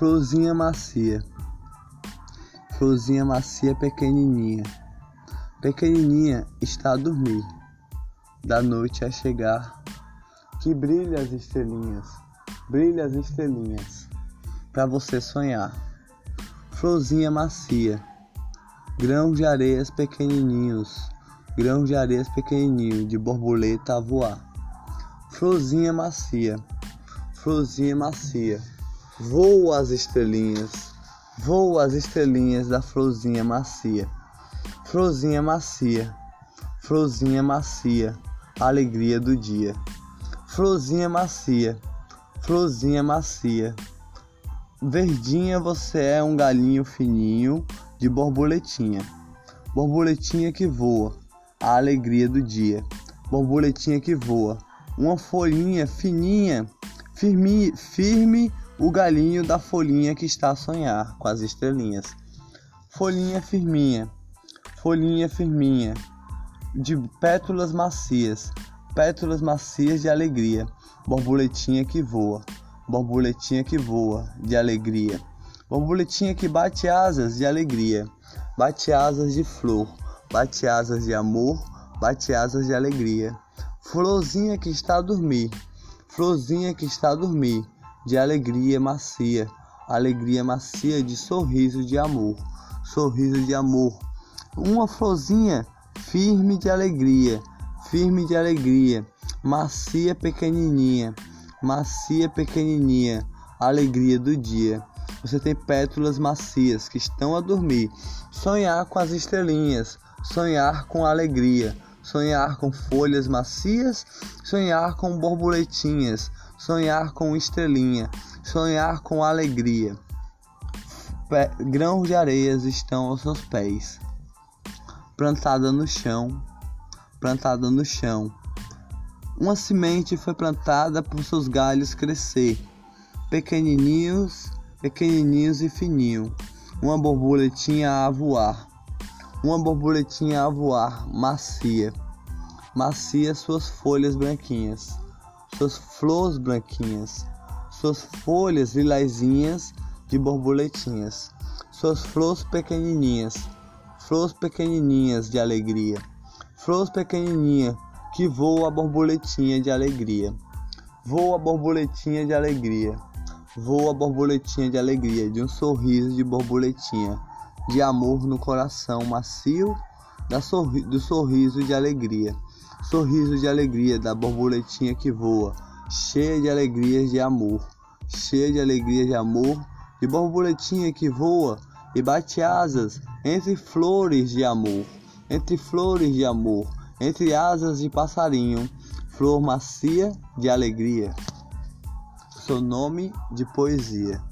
Florzinha macia, florzinha macia pequenininha, pequenininha está a dormir, da noite a chegar, que brilha as estrelinhas, pra você sonhar. Florzinha macia, grãos de areias pequenininhos, de borboleta a voar. Florzinha macia, voa as estrelinhas da florzinha macia. Florzinha macia, alegria do dia. Florzinha macia, verdinha você é um galinho fininho de borboletinha. Borboletinha que voa, a alegria do dia. Borboletinha que voa, uma folhinha fininha, firme o galinho da folhinha que está a sonhar com as estrelinhas. Folhinha firminha, de pétalas macias de alegria. Borboletinha que voa, de alegria. Borboletinha que bate asas de alegria, bate asas de flor, bate asas de amor, bate asas de alegria. Florzinha que está a dormir, de alegria macia de sorriso de amor. Uma florzinha firme de alegria, macia pequenininha, alegria do dia. Você tem pétalas macias que estão a dormir. Sonhar com as estrelinhas, sonhar com alegria, sonhar com folhas macias, sonhar com borboletinhas, sonhar com estrelinha, sonhar com alegria. Grãos de areias estão aos seus pés, plantada no chão. Uma semente foi plantada por seus galhos crescer, pequenininhos e fininho. Uma borboletinha a voar, macia suas folhas branquinhas, suas flores branquinhas, suas folhas lilazinhas de borboletinhas, suas flores pequenininhas de alegria. Flores pequenininha que voa a borboletinha de alegria. Voa a borboletinha de alegria, de um sorriso de borboletinha, de amor no coração macio, do sorriso de alegria. Sorriso de alegria da borboletinha que voa, cheia de alegrias de amor, de borboletinha que voa e bate asas entre flores de amor, entre asas de passarinho. Flor macia de alegria, seu nome de poesia.